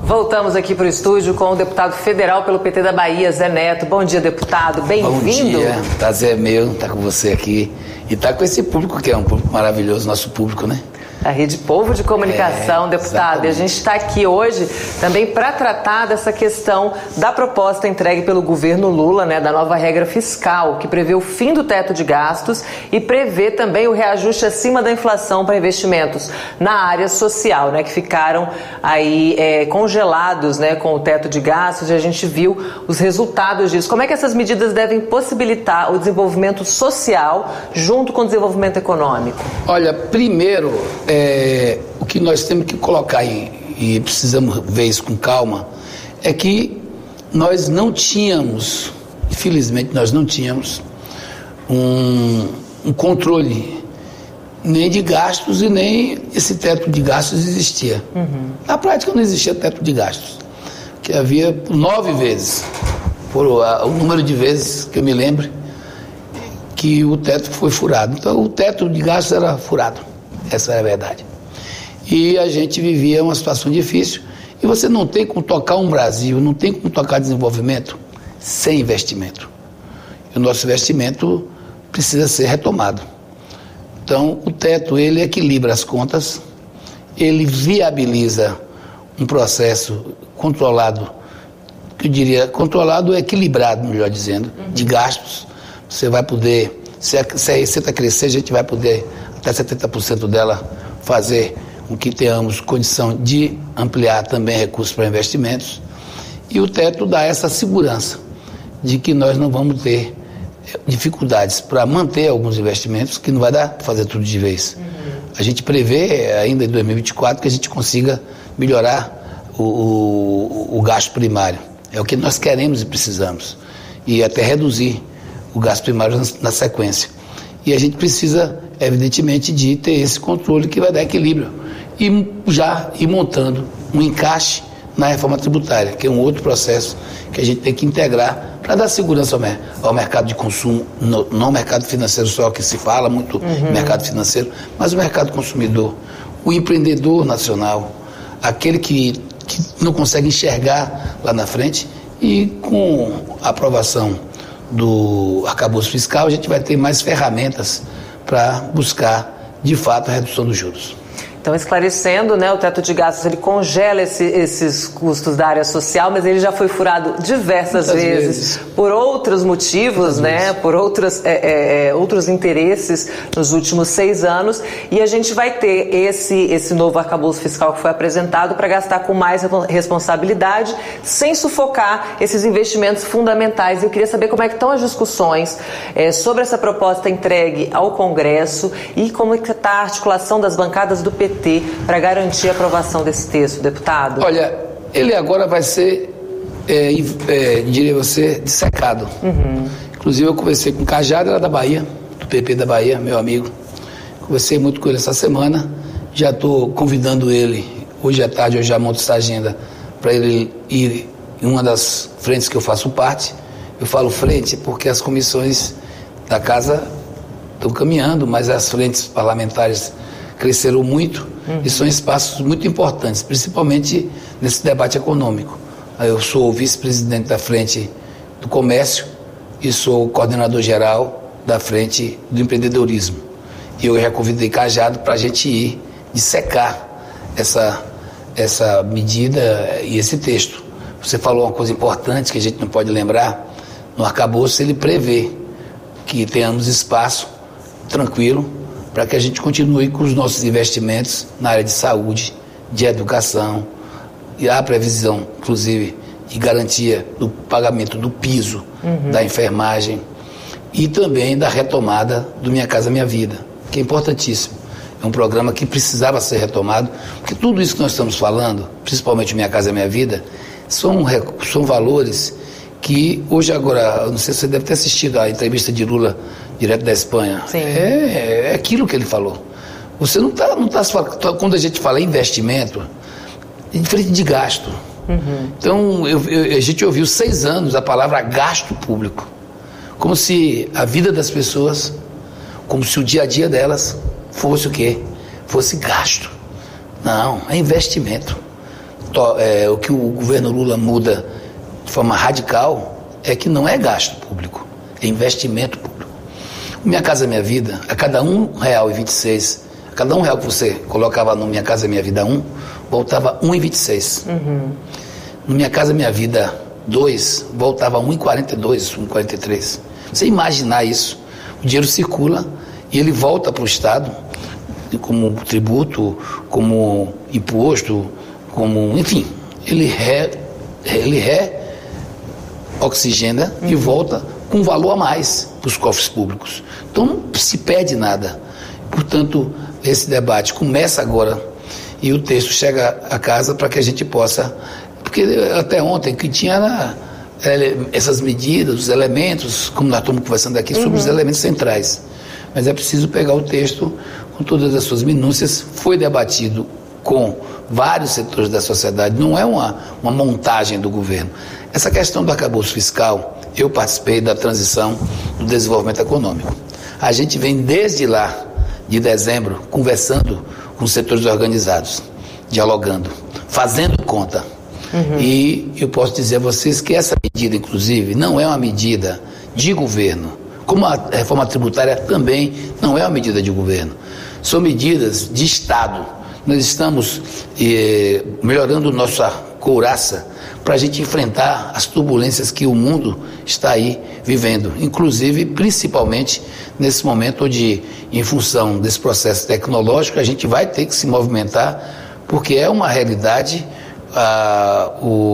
Voltamos aqui para o estúdio com o deputado federal pelo PT da Bahia, Zé Neto. Bom dia, deputado. Bem-vindo. Bom dia. Prazer é meu estar com você aqui e estar com esse público que é um público maravilhoso, nosso público, né? A Rede Povo de Comunicação, deputado. E a gente está aqui hoje também para tratar dessa questão da proposta entregue pelo governo Lula, né, da nova regra fiscal, que prevê o fim do teto de gastos e prevê também o reajuste acima da inflação para investimentos na área social, né, que ficaram aí congelados, né, com o teto de gastos, e a gente viu os resultados disso. Como é que essas medidas devem possibilitar o desenvolvimento social junto com o desenvolvimento econômico? Olha, primeiro, o que nós temos que colocar e precisamos ver isso com calma, é que nós não tínhamos, infelizmente nós não tínhamos um controle nem de gastos e nem esse teto de gastos existia. Na prática não existia teto de gastos, que havia 9 vezes, o número de vezes que eu me lembro, que o teto foi furado. Então o teto de gastos era furado. Essa é a verdade. E a gente vivia uma situação difícil. E você não tem como tocar um Brasil, não tem como tocar desenvolvimento sem investimento. E o nosso investimento precisa ser retomado. Então, o teto, ele equilibra as contas, ele viabiliza um processo controlado, que eu diria, controlado ou equilibrado, melhor dizendo, de gastos. Você vai poder, se a receita crescer, a gente vai poder até 70% dela fazer com que tenhamos condição de ampliar também recursos para investimentos, e o teto dá essa segurança de que nós não vamos ter dificuldades para manter alguns investimentos, que não vai dar para fazer tudo de vez. A gente prevê ainda em 2024 que a gente consiga melhorar o gasto primário, é o que nós queremos e precisamos, e até reduzir o gasto primário na sequência. E a gente precisa, evidentemente, de ter esse controle que vai dar equilíbrio e já ir montando um encaixe na reforma tributária, que é um outro processo que a gente tem que integrar para dar segurança ao mercado de consumo, não ao mercado financeiro só, que se fala muito mercado financeiro, mas o mercado consumidor, o empreendedor nacional, aquele que não consegue enxergar lá na frente. E com a aprovação do arcabouço fiscal, a gente vai ter mais ferramentas para buscar, de fato, a redução dos juros. Então, esclarecendo, né, o teto de gastos, ele congela esses custos da área social, mas ele já foi furado diversas vezes por outros motivos, né, por outros interesses nos últimos 6 anos, e a gente vai ter esse novo arcabouço fiscal que foi apresentado para gastar com mais responsabilidade, sem sufocar esses investimentos fundamentais. Eu queria saber como é que estão as discussões sobre essa proposta entregue ao Congresso e como é que está a articulação das bancadas do PT para garantir a aprovação desse texto, deputado? Olha, ele agora vai ser, diria você, dissecado. Inclusive eu conversei com o Cajado, era da Bahia, do PP da Bahia, meu amigo. Conversei muito com ele essa semana, já estou convidando ele, hoje à tarde eu já monto essa agenda para ele ir em uma das frentes que eu faço parte. Eu falo frente porque as comissões da casa estão caminhando, mas as frentes parlamentares cresceram muito e são espaços muito importantes, principalmente nesse debate econômico. Eu sou o vice-presidente da Frente do Comércio e sou coordenador geral da Frente do Empreendedorismo. E eu já convidei Cajado para a gente ir dissecar essa medida e esse texto. Você falou uma coisa importante que a gente não pode lembrar. No arcabouço ele prevê que tenhamos espaço tranquilo para que a gente continue com os nossos investimentos na área de saúde, de educação, e há previsão, inclusive, de garantia do pagamento do piso, da enfermagem e também da retomada do Minha Casa Minha Vida, que é importantíssimo. É um programa que precisava ser retomado, porque tudo isso que nós estamos falando, principalmente Minha Casa Minha Vida, são valores que hoje agora, não sei se você deve ter assistido a entrevista de Lula direto da Espanha. Sim. É aquilo que ele falou. Você não está quando a gente fala em investimento, é diferente de gasto. Então a gente ouviu 6 anos a palavra gasto público, como se a vida das pessoas, como se o dia a dia delas fosse o quê? Fosse gasto. Não, é investimento. o que o governo Lula muda de forma radical é que não é gasto público, é investimento público. Minha Casa Minha Vida, a cada R$1,26, a cada R$1 que você colocava no Minha Casa Minha Vida 1, voltava R$1,26. No Minha Casa Minha Vida 2, voltava R$1,42, R$1,43. Você imaginar isso, o dinheiro circula e ele volta para o Estado como tributo, como imposto, enfim, ele oxigena e volta com valor a mais para os cofres públicos. Então não se perde nada. Portanto, esse debate começa agora e o texto chega a casa para que a gente possa... Porque até ontem que tinha essas medidas, os elementos, como nós estamos conversando aqui, sobre os elementos centrais. Mas é preciso pegar o texto com todas as suas minúcias. Foi debatido com vários setores da sociedade, não é uma montagem do governo. Essa questão do arcabouço fiscal, eu participei da transição do desenvolvimento econômico. A gente vem desde lá, de dezembro, conversando com os setores organizados, dialogando, fazendo conta. E eu posso dizer a vocês que essa medida, inclusive, não é uma medida de governo, como a reforma tributária também não é uma medida de governo. São medidas de Estado. Nós estamos melhorando nossa couraça para a gente enfrentar as turbulências que o mundo está aí vivendo, inclusive, principalmente, nesse momento onde, em função desse processo tecnológico, a gente vai ter que se movimentar, porque é uma realidade a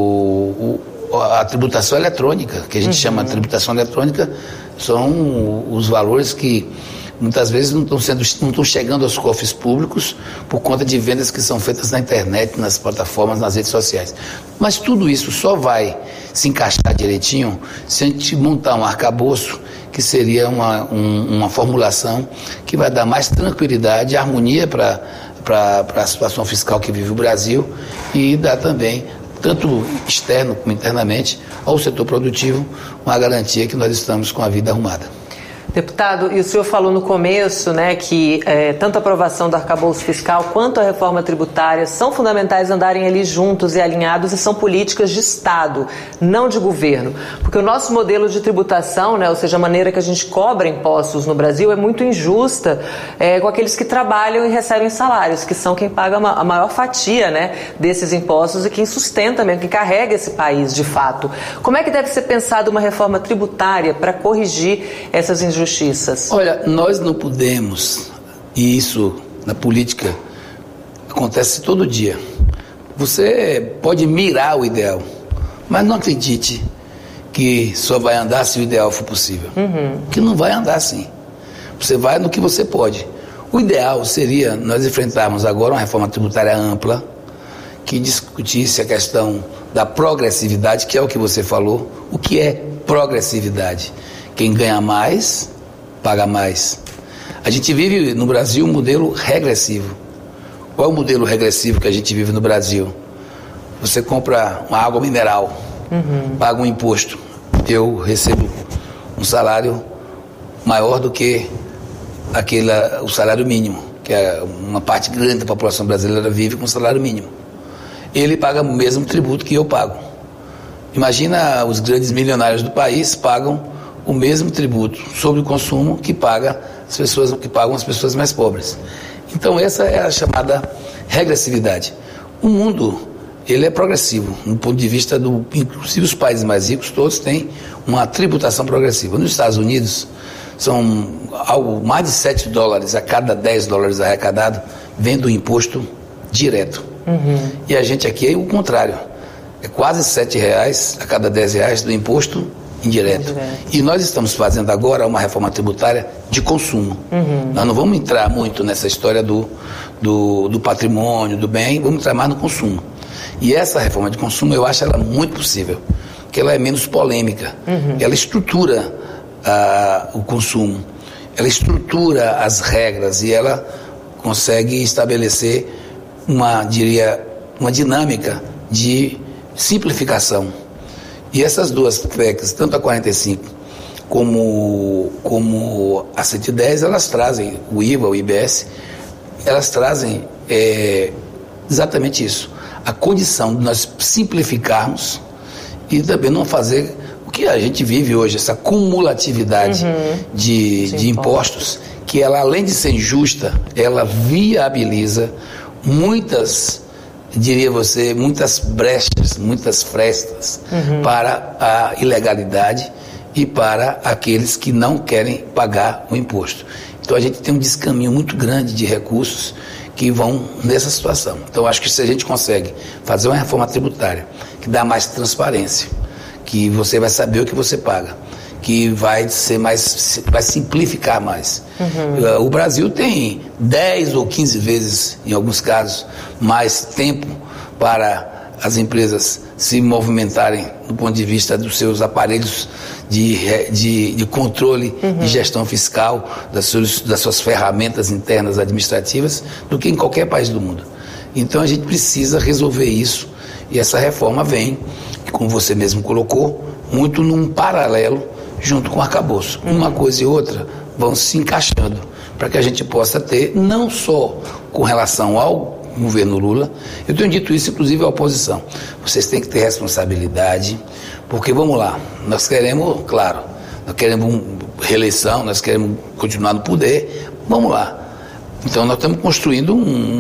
tributação eletrônica, que a gente chama de tributação eletrônica, são os valores que muitas vezes não estão chegando aos cofres públicos por conta de vendas que são feitas na internet, nas plataformas, nas redes sociais. Mas tudo isso só vai se encaixar direitinho se a gente montar um arcabouço que seria uma formulação que vai dar mais tranquilidade e harmonia para a situação fiscal que vive o Brasil e dar também, tanto externo como internamente, ao setor produtivo, uma garantia que nós estamos com a vida arrumada. Deputado, e o senhor falou no começo, né, que tanto a aprovação do arcabouço fiscal quanto a reforma tributária são fundamentais andarem ali juntos e alinhados e são políticas de Estado, não de governo. Porque o nosso modelo de tributação, né, ou seja, a maneira que a gente cobra impostos no Brasil é muito injusta com aqueles que trabalham e recebem salários, que são quem paga a maior fatia, né, desses impostos e quem sustenta mesmo, quem carrega esse país de fato. Como é que deve ser pensada uma reforma tributária para corrigir essas injustiças? Olha, nós não podemos, e isso na política acontece todo dia. Você pode mirar o ideal, mas não acredite que só vai andar se o ideal for possível. Que não vai andar assim. Você vai no que você pode. O ideal seria nós enfrentarmos agora uma reforma tributária ampla que discutisse a questão da progressividade, que é o que você falou. O que é progressividade? Quem ganha mais, paga mais. A gente vive no Brasil um modelo regressivo. Qual é o modelo regressivo que a gente vive no Brasil? Você compra uma água mineral, paga um imposto. Eu recebo um salário maior do que o salário mínimo, que é uma parte grande da população brasileira vive com salário mínimo. Ele paga o mesmo tributo que eu pago. Imagina, os grandes milionários do país pagam o mesmo tributo sobre o consumo que pagam as pessoas mais pobres. Então essa é a chamada regressividade. O mundo, ele é progressivo, no ponto de vista inclusive os países mais ricos, todos têm uma tributação progressiva. Nos Estados Unidos, são mais de $7 a cada $10 arrecadado vem do imposto direto. E a gente aqui é o contrário, é quase R$7 a cada R$10 do imposto indireto. E nós estamos fazendo agora uma reforma tributária de consumo. Nós não vamos entrar muito nessa história do patrimônio, do bem, vamos entrar mais no consumo. E essa reforma de consumo eu acho ela muito possível, porque ela é menos polêmica. Ela estrutura o consumo, ela estrutura as regras e ela consegue estabelecer uma dinâmica de simplificação. E essas duas PECs, tanto a 45 como a 110, elas trazem, o IVA, o IBS, elas trazem exatamente isso. a condição de nós simplificarmos e também não fazer o que a gente vive hoje, essa cumulatividade de impostos, que ela, além de ser injusta, ela viabiliza muitas brechas, muitas frestas para a ilegalidade e para aqueles que não querem pagar o imposto. Então a gente tem um descaminho muito grande de recursos que vão nessa situação. Então acho que se a gente consegue fazer uma reforma tributária que dá mais transparência, que você vai saber o que você paga, que vai simplificar mais. O Brasil tem 10 ou 15 vezes, em alguns casos, mais tempo para as empresas se movimentarem do ponto de vista dos seus aparelhos de controle e gestão fiscal, das suas ferramentas internas administrativas, do que em qualquer país do mundo. Então a gente precisa resolver isso, e essa reforma vem, como você mesmo colocou, muito num paralelo junto com o arcabouço. Uma coisa e outra vão se encaixando para que a gente possa ter, não só com relação ao governo Lula, eu tenho dito isso inclusive à oposição, vocês têm que ter responsabilidade, porque vamos lá, nós queremos, claro, nós queremos reeleição, nós queremos continuar no poder, vamos lá. Então nós estamos construindo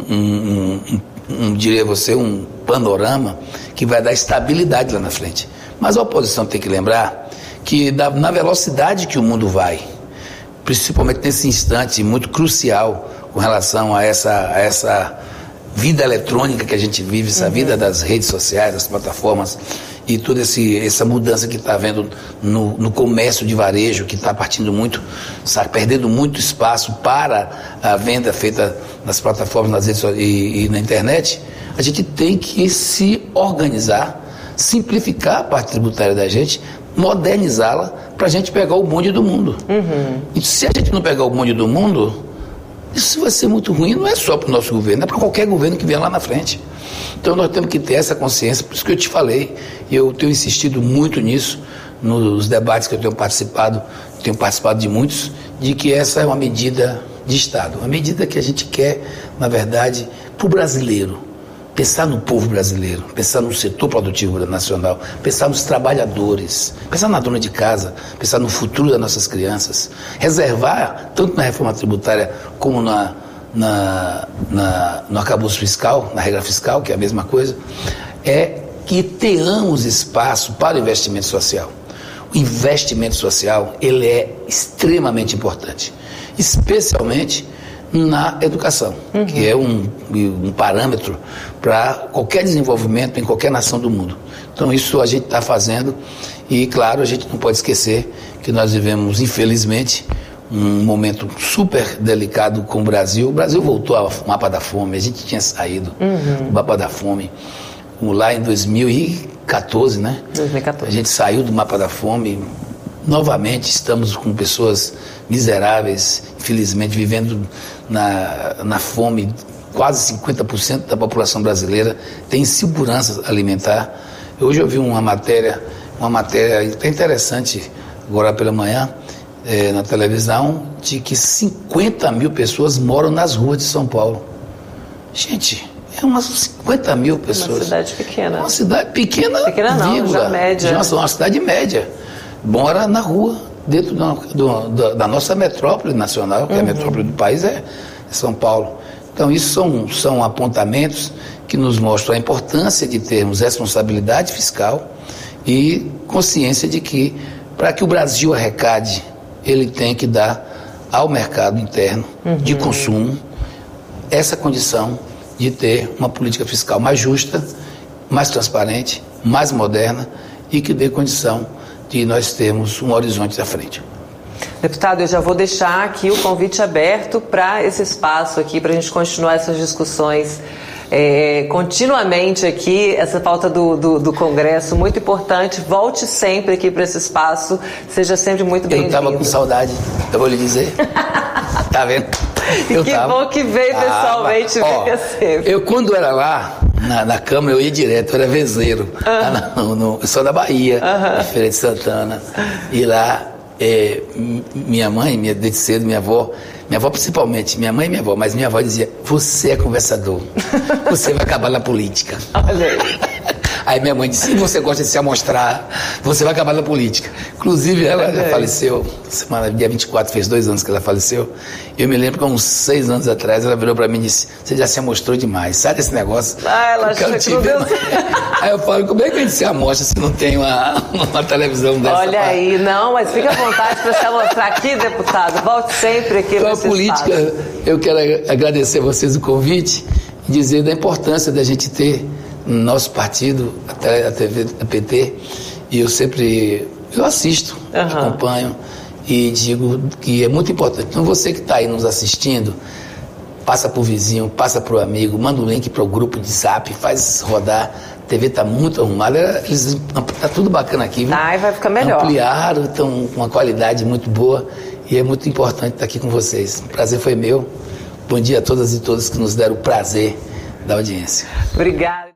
diria você, um panorama que vai dar estabilidade lá na frente. Mas a oposição tem que lembrar que na velocidade que o mundo vai, principalmente nesse instante muito crucial com relação a essa vida eletrônica que a gente vive, essa vida das redes sociais, das plataformas e toda essa mudança que está havendo no comércio de varejo, que está perdendo muito espaço para a venda feita nas plataformas, nas redes e na internet, a gente tem que se organizar, simplificar a parte tributária da gente, modernizá-la para a gente pegar o bonde do mundo. E se a gente não pegar o bonde do mundo, isso vai ser muito ruim, não é só para o nosso governo, é para qualquer governo que venha lá na frente. Então nós temos que ter essa consciência, por isso que eu te falei, e eu tenho insistido muito nisso, nos debates que eu tenho participado de muitos, de que essa é uma medida de Estado, uma medida que a gente quer, na verdade, para o brasileiro. Pensar no povo brasileiro, pensar no setor produtivo nacional, pensar nos trabalhadores, pensar na dona de casa, pensar no futuro das nossas crianças, reservar, tanto na reforma tributária como no arcabouço fiscal, na regra fiscal, que é a mesma coisa, é que tenhamos espaço para o investimento social. O investimento social, ele é extremamente importante, especialmente na educação, que é um parâmetro para qualquer desenvolvimento em qualquer nação do mundo. Então isso a gente está fazendo e, claro, a gente não pode esquecer que nós vivemos, infelizmente, um momento super delicado com o Brasil. O Brasil voltou ao mapa da fome, a gente tinha saído do mapa da fome lá em 2014, né? 2014. A gente saiu do mapa da fome. Novamente estamos com pessoas miseráveis, infelizmente, vivendo na fome. Quase 50% da população brasileira tem insegurança alimentar. Hoje eu vi uma matéria até interessante, agora pela manhã, na televisão, de que 50 mil pessoas moram nas ruas de São Paulo. Gente, é umas 50 mil pessoas. Uma cidade pequena. Uma cidade pequena, não, já média. Uma cidade média. Mora na rua, dentro da nossa metrópole nacional, que é a metrópole do país, é São Paulo. Então, isso são apontamentos que nos mostram a importância de termos responsabilidade fiscal e consciência de que, para que o Brasil arrecade, ele tem que dar ao mercado interno de consumo essa condição de ter uma política fiscal mais justa, mais transparente, mais moderna e que dê condição de nós termos um horizonte à frente. Deputado, eu já vou deixar aqui o convite aberto para esse espaço aqui, para a gente continuar essas discussões continuamente aqui, essa pauta do Congresso, muito importante. Volte sempre aqui para esse espaço, seja sempre muito bem-vindo. Eu estava com saudade, eu vou lhe dizer. Tá vendo? Bom que veio pessoalmente ver você. Eu, quando era lá, na Câmara, eu ia direto, eu era vezeiro. Eu sou da Bahia, da Feira de Santana. E lá, minha mãe, desde cedo, minha avó, Minha avó principalmente, minha mãe e minha avó, mas minha avó dizia, você é conversador, você vai acabar na política. Olha aí. Aí minha mãe disse, se você gosta de se amostrar, você vai acabar na política. Inclusive, ela já faleceu, semana, dia 24, fez 2 anos que ela faleceu. Eu me lembro que há uns 6 anos atrás, ela virou pra mim e disse, você já se amostrou demais, sai desse negócio. Ela achou que não deu. Aí eu falo, como é que a gente se amostra se não tem uma televisão dessa? Olha aí, não, mas fica à vontade para se amostrar aqui, deputado. Volte sempre aqui para a política, espaço. Eu quero agradecer a vocês o convite e dizer da importância da gente ter no nosso partido, a TV, a PT, e eu assisto, acompanho e digo que é muito importante. Então você que está aí nos assistindo, passa para o vizinho, passa para o amigo, manda um link para o grupo de Zap, faz rodar. A TV está muito arrumada, está tudo bacana aqui. Viu? Vai ficar melhor. Ampliaram, estão com uma qualidade muito boa e é muito importante estar aqui com vocês. O prazer foi meu. Bom dia a todas e todos que nos deram o prazer da audiência. Obrigada.